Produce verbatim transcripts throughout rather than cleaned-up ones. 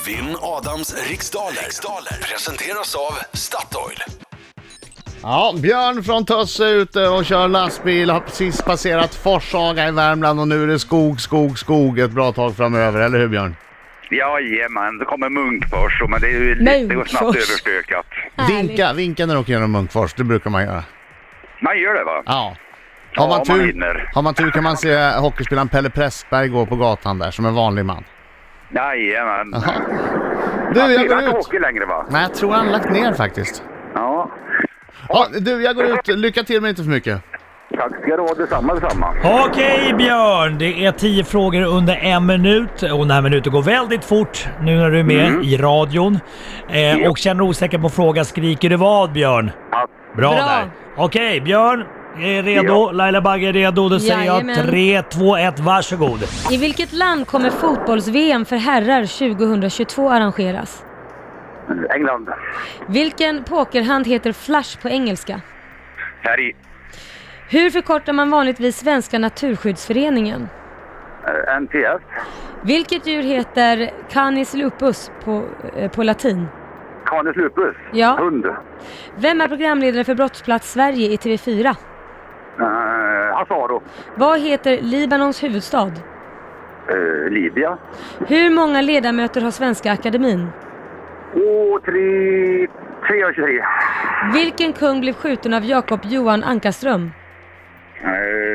Vinn Adams riksdaler. riksdaler presenteras av Statoil. Ja, Björn från Tösse ute och kör lastbil. Har precis passerat Forshaga i Värmland och nu är det skog, skog, skog ett bra tag framöver, eller hur Björn? Ja, jajamän, det kommer Munkfors, men det är ju lite och snabbt överstökat. Vinka, vinka när du åker genom Munkfors, det brukar man göra. Man gör det, va? Ja. Har man, ja, tur, man vinner. har man tur kan man se hockeyspelaren Pelle Pressberg gå på gatan där som en vanlig man. Jajamän. Jaha. Du, jag går ut. Hockey längre, va? Nej, jag tror han lagt ner faktiskt. Ja. Ja, du, jag går ut. Lycka till men inte för mycket. Tack ska du ha, detsamma, detsamma. Okej Björn, det är tio frågor under en minut och den här minuten går väldigt fort nu när du är med mm. i radion. Eh, och känner osäker på fråga, skriker du vad Björn? Ja. Bra, Bra. där. Okej Björn, är redo? Ja. Laila Bagge är redo, då säger Jajamän. jag tre, två, ett, varsågod. I vilket land kommer fotbolls-V M för herrar tjugohundratjugotvå arrangeras? England. Vilken pokerhand heter flash på engelska? Här i Hur förkortar man vanligtvis Svenska Naturskyddsföreningen? uh, N T F. Vilket djur heter Canis lupus på, eh, på latin? Canis lupus. Ja. Hund. Vem är programledare för Brottsplats Sverige i T V fyra? Uh, Asaro. Vad heter Libanons huvudstad? Uh, Libya. Hur många ledamöter har Svenska Akademin? Åh, tre... tre och tjugotre. Vilken kung blev skjuten av Jakob Johan Ankarström? Uh,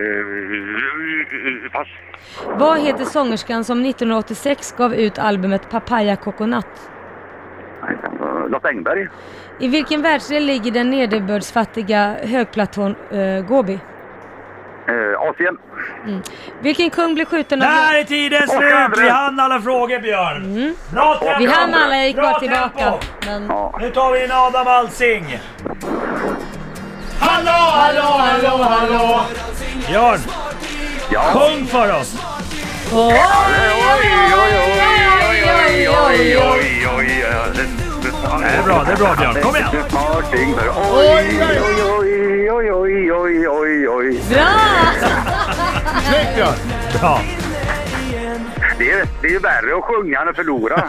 pass. Vad heter sångerskan som nittonhundraåttiosex gav ut albumet Papaya Coconut? Uh, Lotta Engberg. I vilken världsdel ligger den nederbördsfattiga högplatån uh, Gobi? Uh, Asien. Mm. Vilken kung blev skjuten av... Där är tiden slut! Vi hann alla frågor Björn. Mm. Bra tempo! Vi hann alla, jag gick Bra bara tillbaka. tempo. Men... Ja. Nu tar vi in Adam Alsing. Hallå, hallå, hallå, hallå! Björn, Ja. sjung för oss! Oj, Oj, oj, oj, oj, oj, oj, oj. Det är bra, det är bra Björn. Kom igen! Oj, oj, oj, oj, oj, oj, oj, oj. bra! Snyggt Björn! Bra. Det är, det är värre att sjunga än att förlora.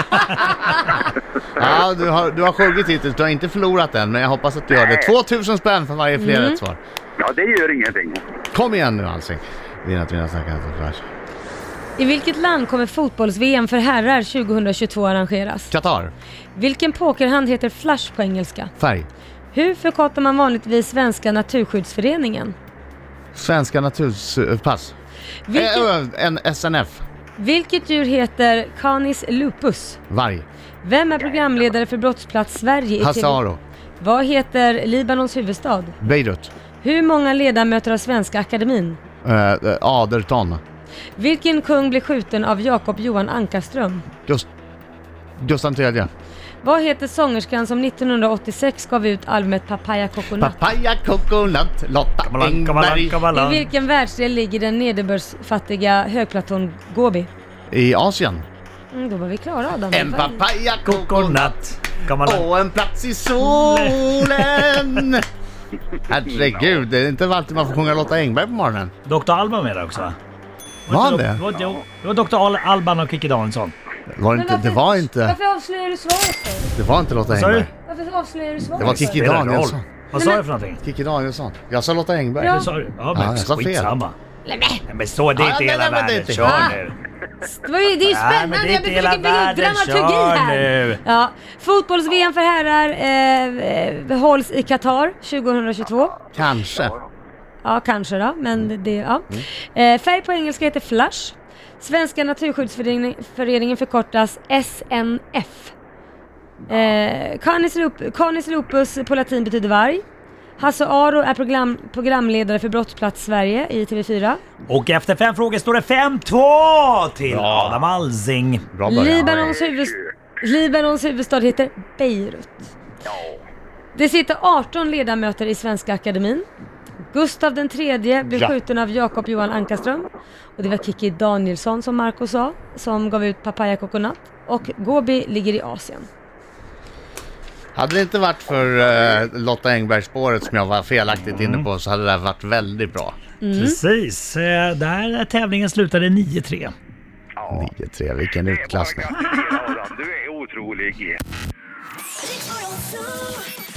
Ja, du har, du har sjungit hittills, du har inte förlorat än, men jag hoppas att du gör det. tvåtusen spänn för varje fler rätt svar. Ja, det gör ingenting. Kom igen nu Alsing. Vinna att vinna snackar inte flash. I vilket land kommer fotbolls-V M för herrar tjugohundratjugotvå arrangeras? Qatar. Vilken pokerhand heter flash på engelska? Färg. Hur förkortar man vanligtvis Svenska Naturskyddsföreningen? Svenska naturs... Pass. Vilket, Äh, en S N F. vilket djur heter Canis lupus? Varg. Vem är programledare för Brottsplats Sverige i T V? Hasaro. Vad heter Libanons huvudstad? Beirut. Hur många ledamöter har Svenska Akademin? Uh, Aderton. Vilken kung blev skjuten av Jakob Johan Ankarström? Gust... Gustav tredje. Vad heter sångerskan som nittonhundraåttiosex gav ut albumet Papaya Coconut? Papaya Coconut. Lotta Kavalan, kavalan, Engberg. I kavalan. vilken världsdel ligger den nederbördsfattiga högplatån Gobi? I Asien. Mm, då var vi klara Adam. En papaya coconut. Coconut. Kavalan. Och en plats i solen. Herregud, det är inte alltid man får sjunga Lotta Engberg på morgonen. doktor Alban med där också va? Var han inte det? dok- var inte- Det var doktor Al- Alban och Kikki Danielsson. Var det, inte, det var inte Varför avslöjar du svaret för? Det var inte Lotta sa du? Engberg. Varför avslöjar du svaret? Det var Kikki Spelar roll. Danielsson. Vad sa du för någonting? Kikki Danielsson. Jag sa Lotta Engberg. Ja. Det sa du? Ja, Ja, men jag sa fel. skitsamma. Nej, men så, det är Ja, inte nej, hela nej, men det är världen. inte- Kör Ah. nu. Det, var ju, det är ju Nej, spännande, men det är jag inte hela försöker bygga upp världen. dramaturgi Kör här. nu. Ja. Fotbolls-V M för herrar eh, eh, hålls i Qatar tjugohundratjugotvå. Kanske. Ja, kanske då, men det, ja. Eh, färg på engelska heter flash. Svenska Naturskyddsföreningen förkortas S N F. Eh, Canis, lup, Canis lupus på latin betyder varg. Hasse Aro är program, programledare för Brottsplats Sverige i T V fyra. Och efter fem frågor står det fem två till Bra. Adam Alsing. Bra början. Libanons, huvud, Libanons huvudstad heter Beirut. Det sitter arton ledamöter i Svenska Akademin. Gustav den tredje blev Ja. skjuten av Jakob Johan Ankarström. Och det var Kikki Danielsson som Marco sa, som gav ut Papaya Coconut. Och Gobi ligger i Asien. Hade det inte varit för uh, Lotta Engberg-spåret som jag var felaktigt Mm. inne på, så hade det varit väldigt bra. Mm. Precis. Eh, Där tävlingen slutade nio tre. nio tre, vilken utklassning. Adam, du är G. Riks Morgonzoo.